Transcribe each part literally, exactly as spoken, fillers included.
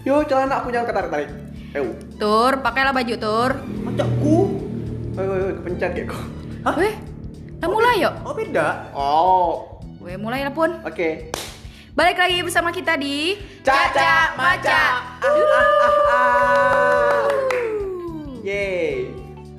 Yo, celana aku jangan ketarik-tarik. Ew. Tur, pakailah baju Tur. Macakku. Woi, woi, woi, kepencet ya kok. Hah? Weh, udah mulai yuk. Oh beda. Oh, Weh, mulai lah pun. oke. Balik lagi bersama kita di Caca Maca. Ah, ah, ah, ah. Yeay.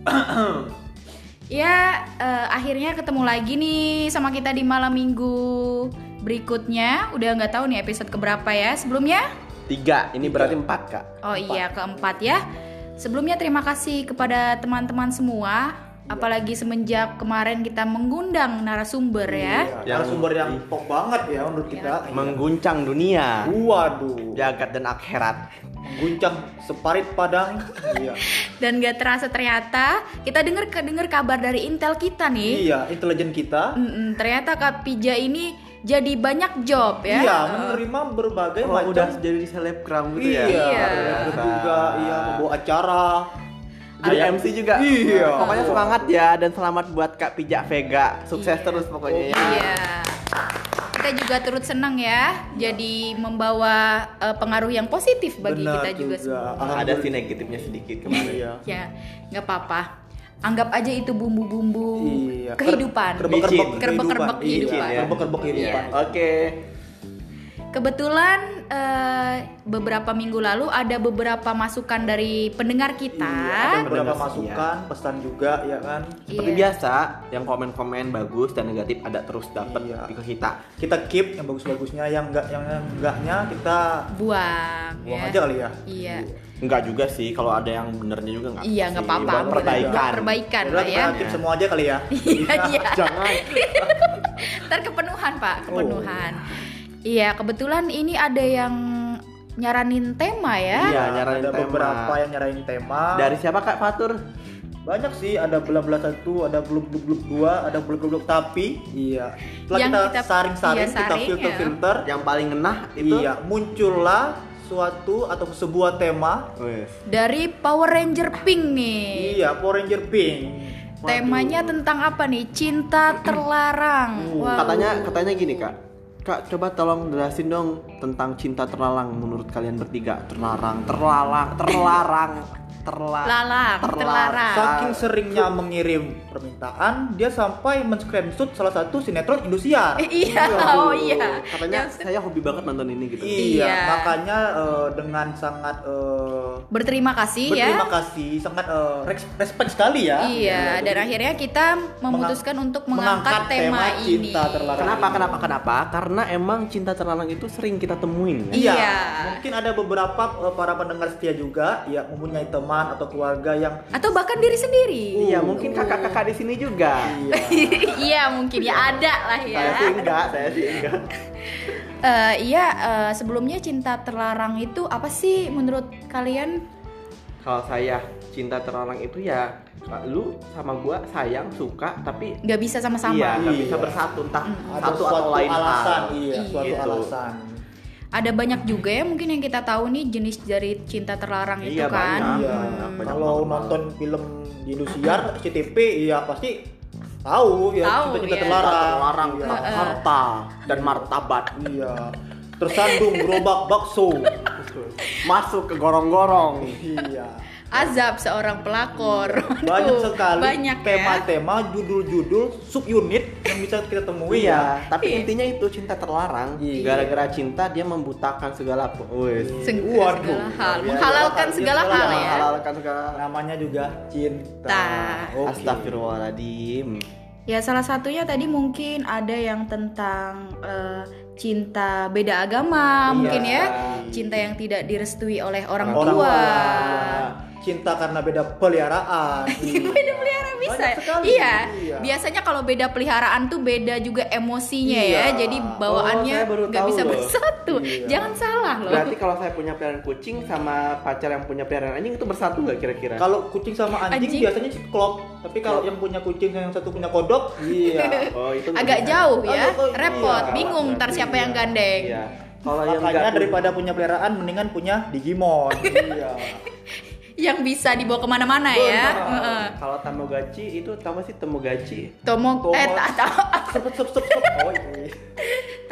Ya, eh, akhirnya ketemu lagi nih sama kita di malam minggu berikutnya. Udah nggak tahu nih episode keberapa ya. Sebelumnya? Tiga, ini berarti empat kak. Oh iya, keempat ya. Sebelumnya terima kasih kepada teman-teman semua. Apalagi semenjak kemarin kita mengundang narasumber ya. Iya, narasumber yang top banget ya menurut kita. Mengguncang dunia, Waduh. jagat dan akhirat. Mengguncang separit padang. Iya. Dan gak terasa ternyata kita dengar dengar kabar dari intel kita nih. Iya, intelijen kita. Mm-mm, ternyata Kak Pija ini jadi banyak job ya. Iya, menerima berbagai Oh, macam. udah jadi selebgram gitu Iya, ya. Iya. itu juga iya membawa acara. Jadi Ada- M C juga. Iya. Pokoknya semangat ya dan selamat buat Kak Pija Vega. Sukses Iya. terus pokoknya ya. Iya. Kita juga turut senang ya. Jadi membawa eh, pengaruh yang positif bagi Benar kita juga, juga. semua. Ada sih negatifnya sedikit kemarin. Iya. Ya, nggak apa-apa. Anggap aja itu bumbu-bumbu Iya. kehidupan. Kerbek-kerbek Micin. kehidupan. Kerbek-kerbek Iya, kehidupan. Kerbek-kerbek kehidupan. Oke. Kebetulan eh, beberapa minggu lalu ada beberapa masukan dari pendengar kita. Iya, ada beberapa Benar, masukan, pesan juga ya kan. Seperti Iya. biasa, yang komen-komen bagus dan negatif ada terus dapat Iya. ke kita. Kita keep yang bagus-bagusnya, yang enggak yang enggaknya kita buang, buang ya. aja kali ya. Iya. Enggak juga sih, kalau ada yang benernya juga enggak. Iya, nggak apa-apa. Buat perbaikan. Buat perbaikan Udah lah kita ya. keep semua aja kali ya. Iya, iya. Jangan. Ntar kepenuhan Pak, kepenuhan. Iya, kebetulan ini ada yang nyaranin tema ya. Iya, nyaranin ada tema. beberapa yang nyaranin tema. Dari siapa Kak Fatur? Banyak sih, ada belah-belah satu, ada blub-blub dua, ada blub-blub tapi iya. Setelah Yang kita, kita- saring-saring, iya, kita saring, filter-filter, Yang paling ngenah itu? iya, muncullah suatu atau sebuah tema. Wes. Dari Power Ranger Pink nih. Iya, Power Ranger Pink. Temanya tentang apa nih? Cinta terlarang. Uh, Wow. Katanya katanya gini Kak. Kak, coba tolong jelasin dong tentang cinta terlarang menurut kalian bertiga. Terlarang, terlarang, terlarang, terlarang. Lalang, terlarang. Saking seringnya mengirim permintaan, dia sampai men-screenshot salah satu sinetron Indosiar. Eh, iya, oh iya. Katanya Yang- saya hobi banget nonton ini gitu. Iya, Iya. makanya eh, dengan sangat eh, Berterima kasih berterima ya. kasih, sangat eh, res- respect sekali ya. Iya, dan akhirnya kita memutuskan untuk mengangkat, tema, ini. cinta terlarang. Kenapa? ini. Kenapa? Kenapa? Karena emang cinta terlarang itu sering kita temuin ya. Iya, Iya. mungkin ada beberapa eh, para pendengar setia juga yang mempunyai teman atau keluarga yang Atau bahkan diri sendiri. Iya, mungkin kakak-kakak di sini juga. iya. Iya, mungkin ya ada lah ya. Saya sih enggak, saya sih enggak. Eh, iya, eh, sebelumnya cinta terlarang itu apa sih menurut kalian? Kalau saya cinta terlarang itu ya lu sama gua sayang, suka, tapi Nggak bisa sama-sama. iya, nggak Iya. bisa bersatu entah Ada satu suatu atau lain alasan, hal. iya, suatu Gitu. alasan. Ada banyak juga ya mungkin yang kita tahu nih jenis dari cinta terlarang itu Iya, kan. banyak. Iya, banyak, banyak kalau banget. nonton film di Indosiar, S C T V, ya pasti tahu ya Tahu, cinta-cinta iya. terlarang. Terlarang Iya. tentang harta dan martabat. Iya. Tersandung gerobak bakso. Masuk ke gorong-gorong. Iya. Azab seorang pelakor. Banyak Waduh, sekali banyak ya. tema-tema, judul-judul, subunit yang bisa kita temui ya. Iya, tapi intinya itu cinta terlarang. Iya. Gara-gara cinta dia membutakan segala wes. Seg- Waduh. segala hal, Iya, menghalalkan iya, segala segala hal hal. ya. Menghalalkan segala. Namanya juga cinta. Ta. Oke. Astagfirullahaladzim. Ya salah satunya tadi mungkin ada yang tentang eh, cinta beda agama Iya. mungkin ya. Cinta yang tidak direstui oleh orang, Orang tua. tua. Cinta karena beda peliharaan. Beda peliharaan bisa. Banyak sekali. Iya. Iya. Biasanya kalau beda peliharaan tuh beda juga emosinya Iya. ya. Jadi bawaannya Oh, saya baru nggak tahu bisa loh. bersatu. Iya. Jangan salah loh. Berarti kalau saya punya peliharaan kucing sama pacar yang punya peliharaan anjing itu bersatu nggak kira-kira? Kalau kucing sama anjing, Anjing. biasanya klop. Tapi kalau yang punya kucing yang satu punya kodok, iya. Oh, itu nggak Agak bisa. jauh ya. Oh, iya. Repot, Iya, bingung ntar berarti siapa yang iya. gandeng. Iya. Kalau yang Makanya nggak daripada punya peliharaan, mendingan punya Digimon. Iya. Yang bisa dibawa kemana-mana ya. Benar. Heeh. Kalau Tamagotchi itu tahu sih Tamagotchi? Tomo, Tomo. eh tak tahu. Sep sep sep sep. Oh iya.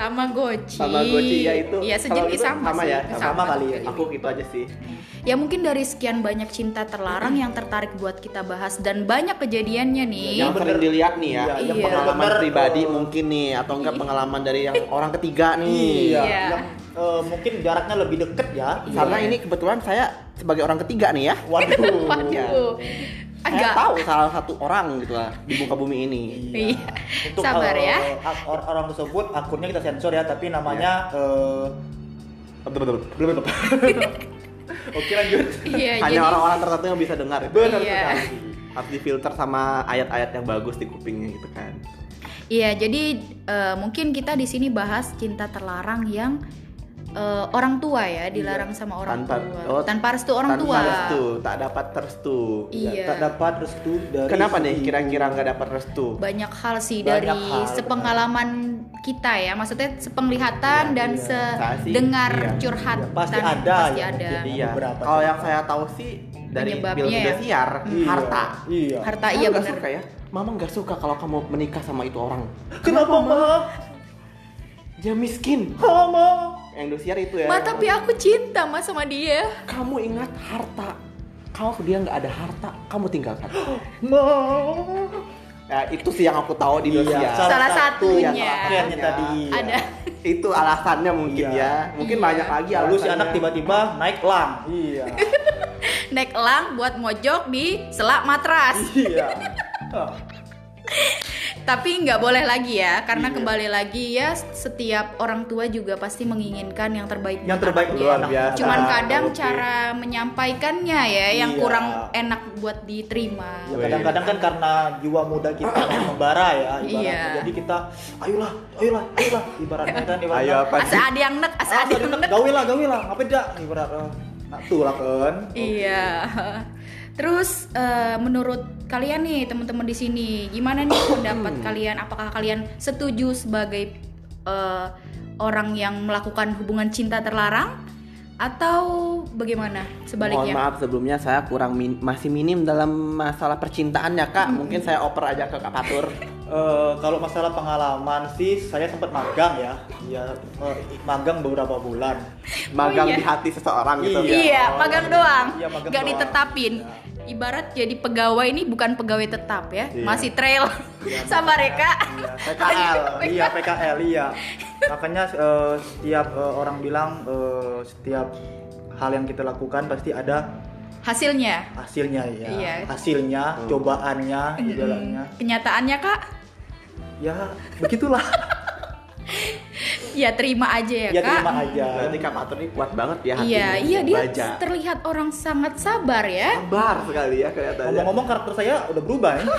Tamagotchi. Tamagotchi ya itu. Iya, kalau sejenis itu sama, sama sih. ya, sama kali ya. Aku gitu aja sih. Ya mungkin dari sekian banyak cinta terlarang yang tertarik buat kita bahas dan banyak kejadiannya nih. Yang sering dilihat nih ya, Iya, yang yang pengalaman bener-bener, pribadi eh, mungkin nih, atau enggak pengalaman dari yang orang ketiga nih. Iya, Iya. yang eh, mungkin jaraknya lebih deket ya. Karena ini kebetulan saya sebagai orang ketiga nih ya. Waduh. Waduh. Saya Agak tahu salah satu orang gitu lah di muka bumi ini. Iya. Untuk Sabar eh, ya. ak- or- orang tersebut akunnya kita sensor ya, tapi namanya eh, belum belum. Oke lanjut. Iya, Hanya jadi orang-orang tertentu yang bisa dengar. Benar Iya. sekali. Harus difilter sama ayat-ayat yang bagus di kupingnya gitu kan. Iya, jadi eh, mungkin kita di sini bahas cinta terlarang yang eh, orang tua ya, dilarang sama orang Tanpa- tua. oh, Tanpa restu orang Tanpa tua. restu, tak dapat restu. Iya. Tak dapat restu dari Kenapa nih ibu. kira-kira nggak dapat restu? Banyak hal sih Banyak dari hal, sepengalaman kita ya, maksudnya sepenglihatan Iya, dan iya. Saya sih, sedengar iya. curhat Iya, pasti ada pasti ya, ada. mungkin. Iya. Beberapa Kalau cerita. yang saya tahu sih dari Penyebabnya film ya. Indosiar, Iya. harta. Iya. Harta Saya iya nggak benar. suka ya. Mama nggak suka kalau kamu menikah sama itu orang. Kenapa, Ma? Dia miskin. Mama. Yang Indosiar itu ya. Ma, tapi aku cinta mas sama dia. Kamu ingat harta. Kalau dia nggak ada harta, kamu tinggalkan. Ma. Ya, itu sih yang aku tahu di Indosiar. Iya, Salah satunya. yang akhirnya tadi. iya. Ada. Itu alasannya mungkin Iya. ya. Mungkin Iya. banyak lagi Lalu alasannya. si anak tiba-tiba naik lang. Iya. Naik elang buat mojok di selak matras. Iya. Tapi nggak boleh lagi ya, karena Iya. kembali lagi ya setiap orang tua juga pasti menginginkan yang terbaik Yang buat terbaik anaknya. untuk anak. biasa. Cuman Ah, kadang oke. cara menyampaikannya ya yang Iya. kurang enak buat diterima. Ya, kadang-kadang kan karena jiwa muda kita masih membara ya ibaratnya. Iya. Jadi kita ayolah, ayolah, ayolah ibaratnya kan ibaratnya. Ayo apa Asa sih? ada yang nek, asa Ah, ada yang nek. gawe lah, gawe lah. Apa tidak ibaratnya. Nah, tuh lah kan. Iya. Terus eh, menurut kalian nih teman-teman di sini, gimana nih pendapat kalian? Apakah kalian setuju sebagai eh, orang yang melakukan hubungan cinta terlarang atau bagaimana Mohon sebaliknya? maaf sebelumnya saya kurang min- masih minim dalam masalah percintaan ya kak. Mungkin saya oper aja ke Kak Patur. Eh, kalau masalah pengalaman sih saya sempat magang ya. Iya, eh, magang beberapa bulan. Magang iya. di hati seseorang gitu. Iya. Iya, magang doang, Iya, magang nggak doang. ditetapin. Iya. Ibarat jadi pegawai ini bukan pegawai tetap ya, Iya. masih trail. Sabar ya kak. Iya, P K L, iya P K L, iya. Makanya eh, setiap eh, orang bilang eh, setiap hal yang kita lakukan pasti ada Hasilnya, hasilnya ya. Iya. Hasilnya, cobaannya, jalannya. kenyataannya kak, Ya, begitulah. ya terima aja ya, Ya kak. terima aja. Berarti Kak Patur ini kuat banget ya hatinya. Iya, iya dia Baja. terlihat orang sangat sabar ya. Sabar sekali ya kelihatannya. Ngomong-ngomong karakter saya udah berubah ya.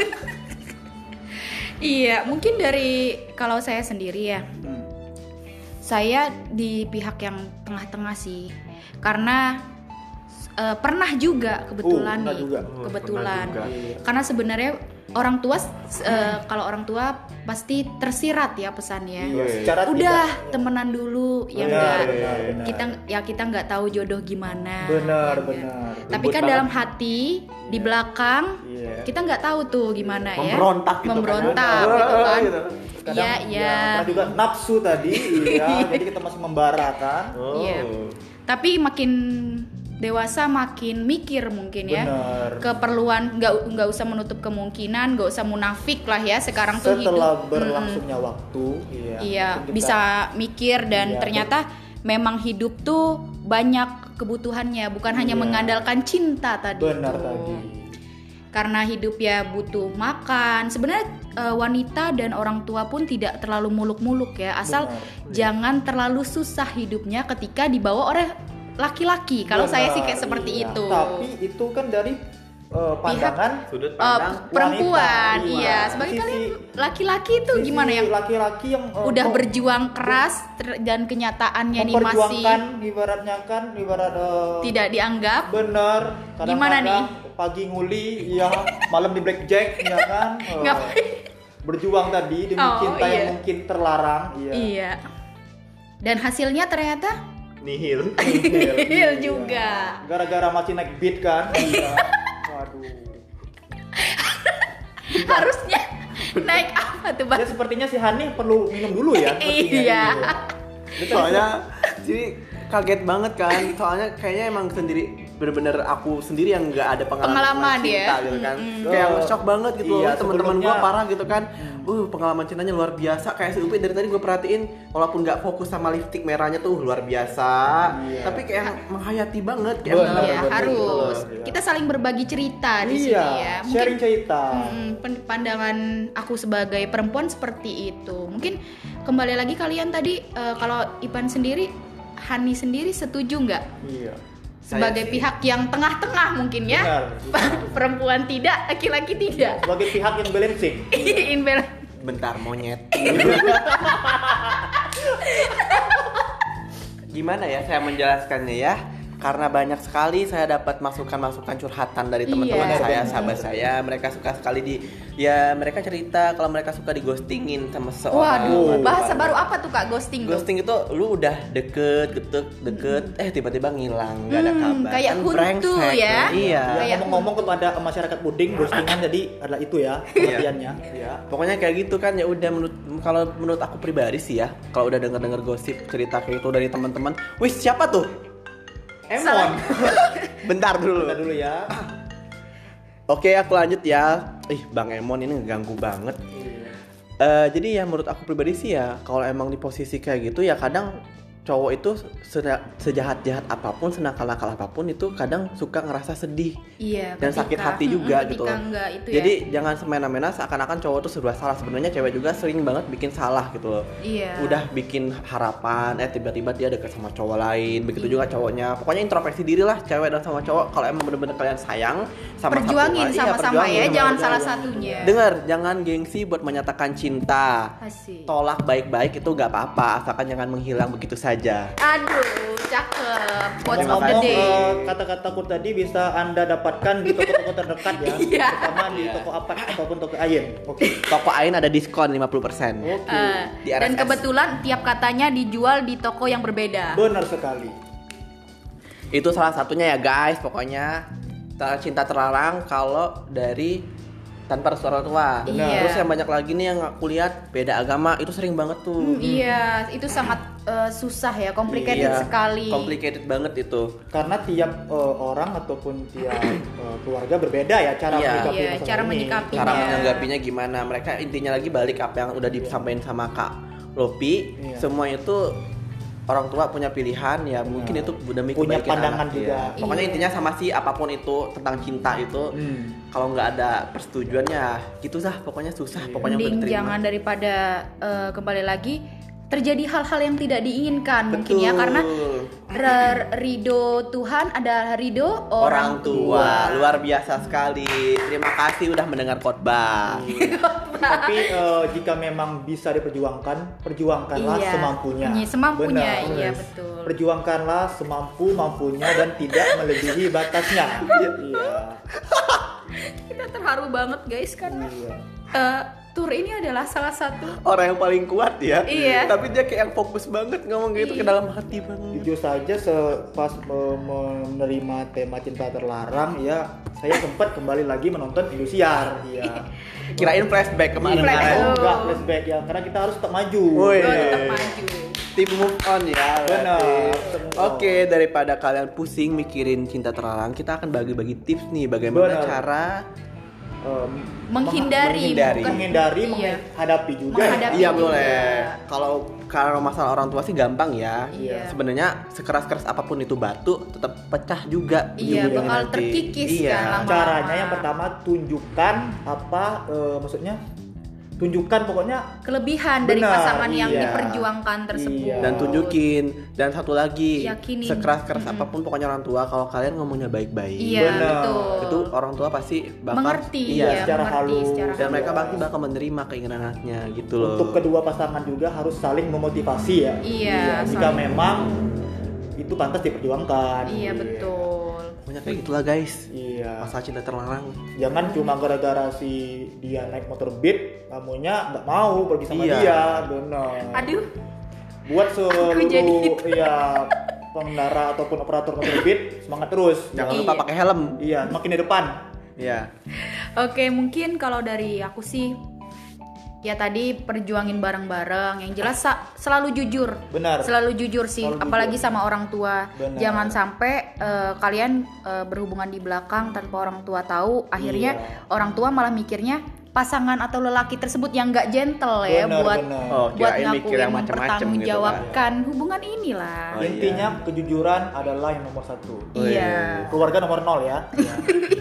Iya, mungkin dari kalau saya sendiri ya, Hmm. saya di pihak yang tengah-tengah sih, karena eh, pernah juga kebetulan Oh, pernah nih, juga. Oh, kebetulan. pernah juga. Iya. Karena sebenarnya orang tua, eh, kalau orang tua pasti tersirat ya pesannya. Iya, Wih. secara Udah tidak- temenan dulu ya Benar, enggak. benar, benar. Kita ya kita nggak tahu jodoh gimana. Benar, ya enggak? benar. Tapi Ribut kan banget. dalam hati di belakang Iya. kita nggak tahu tuh gimana ya. Memberontak gitu kan. Memberontak Benar. gitu kan. Gitu. Kadang Iya, ya, iya. pernah juga nafsu tadi, iya. Jadi kita masih membara kan. Oh. Iya. Tapi makin dewasa makin mikir mungkin ya. Benar. Keperluan nggak nggak usah menutup kemungkinan, nggak usah munafik lah ya sekarang tuh Setelah hidup. berlangsungnya waktu, iya. Iya, mungkin kita- bisa mikir dan Iya, ternyata memang hidup tuh banyak kebutuhannya, bukan hanya Iya. mengandalkan cinta tadi. benar tuh. tadi. Karena hidup ya butuh makan. Sebenarnya eh, wanita dan orang tua pun tidak terlalu muluk-muluk ya, asal Benar. jangan terlalu susah hidupnya ketika dibawa oleh laki-laki. Kalau saya sih kayak Benar, seperti iya. itu. Tapi itu kan dari eh, pandangan Sudut Eh, pandang perempuan, wanita, iya. Sebagai Sisi- kalian laki-laki itu sisi gimana yang laki-laki yang eh, udah mau berjuang keras ter- dan kenyataannya nih masih memperjuangkan ibaratnya kan ibarat eh, tidak dianggap. bener kadang-kadang Gimana nih? pagi nguli ya malam di blackjack ya kan eh, Ngapain? berjuang tadi demi Oh, cinta iya. yang mungkin terlarang iya Iya. Dan hasilnya ternyata nihil. nihil juga. gara-gara masih naik beat kan iya waduh Harusnya Naik apa tuh bang? Ya sepertinya si Hani perlu minum dulu ya. sepertinya. Iya. Soalnya jadi kaget banget kan. Soalnya kayaknya emang sendiri bener-bener aku sendiri yang nggak ada pengalaman, Pengalaman cinta ya? gitu kan. Mm-mm. Kayak Oh, shock banget gitu iya, loh. Teman-teman gue sebelumnya- parah gitu kan. Uh, pengalaman cintanya luar biasa. Kayak si Upi dari tadi gue perhatiin, walaupun nggak fokus sama lipstick merahnya tuh luar biasa. Iya. Tapi kayak menghayati banget kayak Bener, mendalam Iya bener, hati gitu loh. harus. Kita saling berbagi cerita di Iya, sini ya. Mungkin sharing cerita. mm, pen- pandangan aku sebagai perempuan seperti itu. Mungkin kembali lagi kalian tadi eh, kalau Ipan sendiri, Hani sendiri setuju nggak? Iya. Sebagai Saya sih- pihak yang tengah-tengah mungkin ya. Benar. Perempuan tidak, laki-laki tidak. Sebagai pihak yang balancing. Inbel. Bentar monyet. Gimana ya saya menjelaskannya ya? Karena banyak sekali saya dapat masukan-masukan curhatan dari teman-teman Iya. saya, sahabat saya. Mereka suka sekali di, ya mereka cerita kalau mereka suka di ghostingin sama seorang. Waduh, bahasa Waduh. baru apa tuh Kak ghosting tuh? Ghosting itu lu udah deket, deket, deket, eh tiba-tiba ngilang, nggak ada Hmm, kabar. kayak Kan huntu brengsek, ya. Iya. Ya, Kayak- ngomong-ngomong kepada masyarakat puding, ghostingan jadi adalah itu ya pengertiannya. Iya. Pokoknya kayak gitu kan ya udah menurut kalau menurut aku pribadi sih ya, kalau udah denger-denger gosip cerita kayak itu dari teman-teman, wis siapa tuh? Emon. Bentar dulu. Kita dulu ya. Oke, aku lanjut ya. Ih, Bang Emon ini ngeganggu banget. Eh, jadi ya menurut aku pribadi sih ya, kalau emang di posisi kayak gitu ya kadang cowok itu se- sejahat-jahat apapun, senakal-nakal apapun itu kadang suka ngerasa sedih Iya. dan sakit ketika- hati juga mm-mm, gitu ketika loh. enggak itu ya. Jadi jangan semena-mena seakan-akan cowok tuh serba salah. Sebenarnya cewek juga sering banget bikin salah gitu loh. Iya. Udah bikin harapan, eh tiba-tiba dia deket sama cowok lain. Begitu Iya. juga cowoknya. Pokoknya introspeksi diri lah cewek dan sama cowok. Kalau emang bener-bener kalian sayang sama Perjuangin satu, iya, sama-sama perjuangin ya, sama- jangan sama- salah sama- satunya. Dengar, jangan gengsi buat menyatakan cinta. Asik. Tolak baik-baik itu gak apa-apa, asalkan jangan menghilang begitu saja. Aduh, cakep. Quotes Terima of the kasih. day. Eh, kata-kataku tadi bisa Anda dapatkan di toko-toko terdekat ya. Iya. Terutama di toko Apat ataupun toko Ayen. Oke. Toko Ain ada diskon lima puluh persen. Oke. Eh, Di R S S. dan kebetulan tiap katanya dijual di toko yang berbeda. Benar sekali. Itu salah satunya ya guys, pokoknya Ter- cinta terlarang kalau dari tanpa restu orang tua. Iya. Terus yang banyak lagi nih yang aku lihat beda agama itu sering banget tuh. Hmm, iya, itu sangat eh, susah ya, complicated Iya, sekali. Complicated banget itu. Karena tiap eh, orang ataupun tiap eh, keluarga berbeda ya cara Iya. menyikapi Iya, masalah cara ini. menyikapi. Cara Iya. menanggapinya gimana? Mereka intinya lagi balik apa yang udah disampaikan sama Kak Lopi. Iya. Semua itu orang tua punya pilihan ya, mungkin itu demi Punya kebaikan pandangan anak, juga. ya. Pokoknya Iya. intinya sama sih apapun itu tentang cinta itu. Hmm. Kalau nggak ada persetujuan ya gitu sah, pokoknya susah, pokoknya udah Mending diterima. jangan daripada eh, kembali lagi terjadi hal-hal yang tidak diinginkan mungkin ya, Betul. karena r- ridho Tuhan adalah ridho orang tua. Luar biasa sekali. Terima kasih udah mendengar khotbah. Tapi eh, jika memang bisa diperjuangkan, perjuangkanlah Iya. semampunya. Iya, semampunya, Benar. iya, Yes. betul. Perjuangkanlah semampu mampunya dan tidak melebihi batasnya. Iya. Kita terharu banget guys karena Iya. eh, tour ini adalah salah satu Orang yang paling kuat ya. Iya. Tapi dia kayak yang fokus banget ngomong gitu ke Iya. dalam hati banget. Jujur saja pas menerima tema cinta terlarang ya saya sempat kembali lagi menonton Indosiar. Iya. Kirain flashback kemarin Flash- kan. Oh, enggak flashback ya karena kita harus tetap maju. Woi. oh, tetap maju. Tip move on ya. Benar. berarti. Oke, daripada kalian pusing mikirin cinta terlarang, kita akan bagi-bagi tips nih bagaimana Benar. cara Em, Menghindari, menghindari. bukan- menghindari, iya. menghadapi juga. Menghadapi. Iya juga. boleh. Kalau kalau masalah orang tua sih gampang ya. Iya. Sebenarnya sekeras-keras apapun itu batu tetap pecah juga. Iya, ujung-ujungnya bakal nanti. terkikis Iya. kan lama-lama. Caranya yang pertama tunjukkan apa eh, maksudnya tunjukkan pokoknya Kelebihan dari Benar, pasangan yang iya. diperjuangkan tersebut. Iya. Dan tunjukin. Dan satu lagi, Yakinin. sekeras-keras Mm-mm. apapun pokoknya orang tua kalau kalian ngomongnya baik-baik. Iya, Benar. betul. Itu orang tua pasti bakal mengerti, iya. ya, secara mengerti halus. secara Dan mereka Iya. pasti bakal menerima keinginan anaknya gitu loh. untuk kedua pasangan juga harus saling memotivasi ya. Iya, Jika saling. memang itu pantas diperjuangkan. Iya, betul. Pokoknya kayak gitulah guys. Iya. Masalah cinta terlarang. Jangan cuma gara-gara si dia naik motor beat, kamunya nggak mau pergi sama Iya. dia. Benar. Aduh, Buat Aku jadi- seluruh ya pengendara ataupun operator motor beat semangat terus. Jangan Iya. lupa pakai helm. Iya, makin di depan. Iya. oke mungkin kalau dari aku sih ya tadi perjuangin bareng-bareng. Yang jelas sa- selalu jujur. Benar. Selalu jujur sih, Selalu apalagi jujur. sama orang tua. Benar. Jangan sampai eh, kalian eh, berhubungan di belakang tanpa orang tua tahu. Akhirnya Iya. orang tua malah mikirnya pasangan atau lelaki tersebut yang nggak gentle ya Benar, buat benar. Oh, buat kirain mikir ngakuin yang macam-macam gitu mempertanggungjawabkan hubungan inilah. Oh, iya. Intinya kejujuran adalah yang nomor satu. Oh, Iya. Keluarga nomor nol ya. Iya.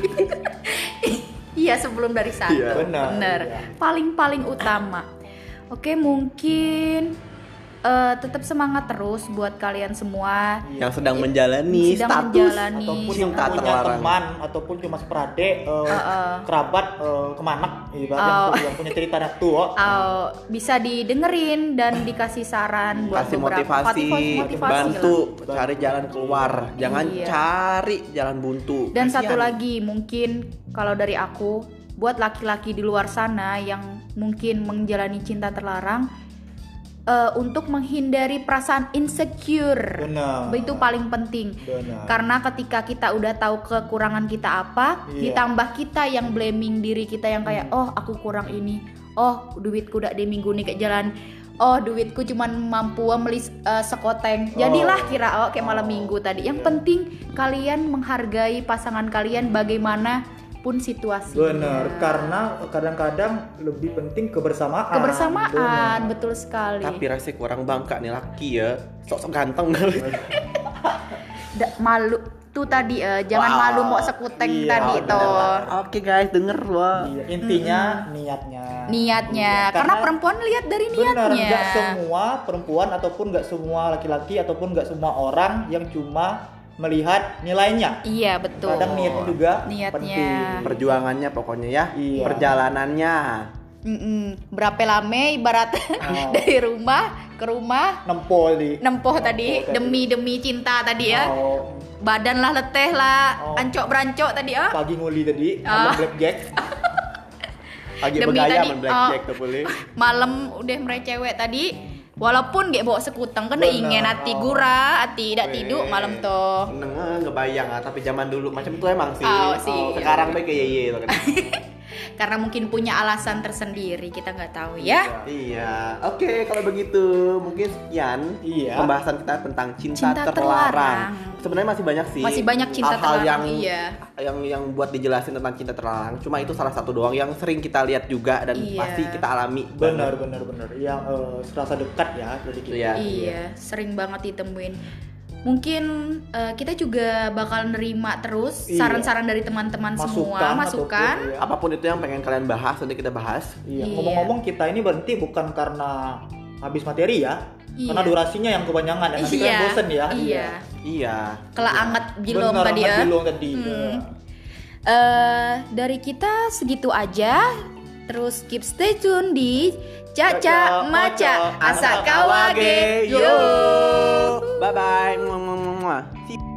Iya, sebelum dari satu. Iya. Benar, Benar. iya. Paling-paling utama. Oke, mungkin eh, tetap semangat terus buat kalian semua Yang sedang menjalani sedang status menjalani Ataupun cinta yang punya terlarang. teman ataupun cuma seperade eh, uh. kerabat eh, kemanak ibaratnya Oh. yang punya cerita anak tua. uh, bisa didengerin dan dikasih saran buat kasih beberapa motivasi, motivasi bantu lah. cari jalan keluar, jangan Iya. cari jalan buntu. Dan Kasihan. satu lagi mungkin kalau dari aku buat laki-laki di luar sana yang mungkin menjalani cinta terlarang eh, untuk menghindari perasaan insecure. Benar. Itu paling penting. Benar. Karena ketika kita udah tahu kekurangan kita apa, Iya. ditambah kita yang blaming diri kita yang kayak oh aku kurang ini, oh duitku udah di minggu nih kayak jalan, oh duitku cuman mampu beli uh, sekoteng. Jadilah Oh. kira oh kayak malam minggu tadi. Yang Iya. penting kalian menghargai pasangan kalian bagaimana pun situasi. Benar, karena kadang-kadang lebih penting kebersamaan. Kebersamaan, Benar. betul sekali. Tapi rasanya kurang bangka nih laki ya, sok-sok ganteng kali. Da- malu tuh tadi eh, jangan Wow. malu mau sekuteng Iya, tadi bener toh. banget. Oke guys, denger wah. Iya, intinya niatnya. Niatnya, Iya, karena perempuan lihat dari benar, niatnya. nggak semua perempuan ataupun nggak semua laki-laki ataupun nggak semua orang yang cuma melihat nilainya. Iya betul. Kadang niatnya juga Niatnya. penting. Perjuangannya pokoknya ya, Iya. perjalanannya. Mm-mm. Berapa lama ibarat Oh. dari rumah ke rumah Nempol di. nempoh tadi tadi. demi demi cinta tadi ya. Oh, Badan lah leteh lah, Oh. ancok berancok tadi ah. pagi nguli tadi, Ah. malam blackjack. Pagi Demi bergaya tadi, main blackjack oh. tuh boleh. Malam udah merecewek tadi. Walaupun gak bawa sekutang kena Benar. ingin hati gura, hati tidak tidur malam tuh. Seneng ah, ngebayang ah, tapi zaman dulu macam itu emang sih. Oh, sih. Sekarang baik kayak ye tuh kan. Karena mungkin punya alasan tersendiri, kita nggak tahu ya. Iya, oke kalau begitu mungkin sekian Iya. pembahasan kita tentang cinta, Cinta terlarang. terlarang. Sebenarnya masih banyak sih. Masih banyak cinta hal-hal terlarang, yang, iya. yang yang buat dijelasin tentang cinta terlarang. Cuma itu salah satu doang yang sering kita lihat juga dan Iya. pasti kita alami. Benar, benar, benar. Yang eh, serasa dekat ya dari kita. Iya. Iya, sering banget ditemuin. Mungkin eh, kita juga bakal nerima terus Iya. saran-saran dari teman-teman semua, Masukan, masukan. ataupun, iya. Apapun itu yang pengen kalian bahas nanti kita bahas. Iya, Iya. ngomong-ngomong kita ini berhenti bukan karena habis materi ya, Iya. karena durasinya yang kebanyakan dan nanti Iya, kalian bosen ya. iya. Iya. Kelak anget bilong Benar, tadi anget ya. bilong tadi. Hmm. Iya. Eh, dari kita segitu aja. Terus keep stay tune di Caca Caca Maca Maca Asa Kawage. Yo. Bye bye. See you.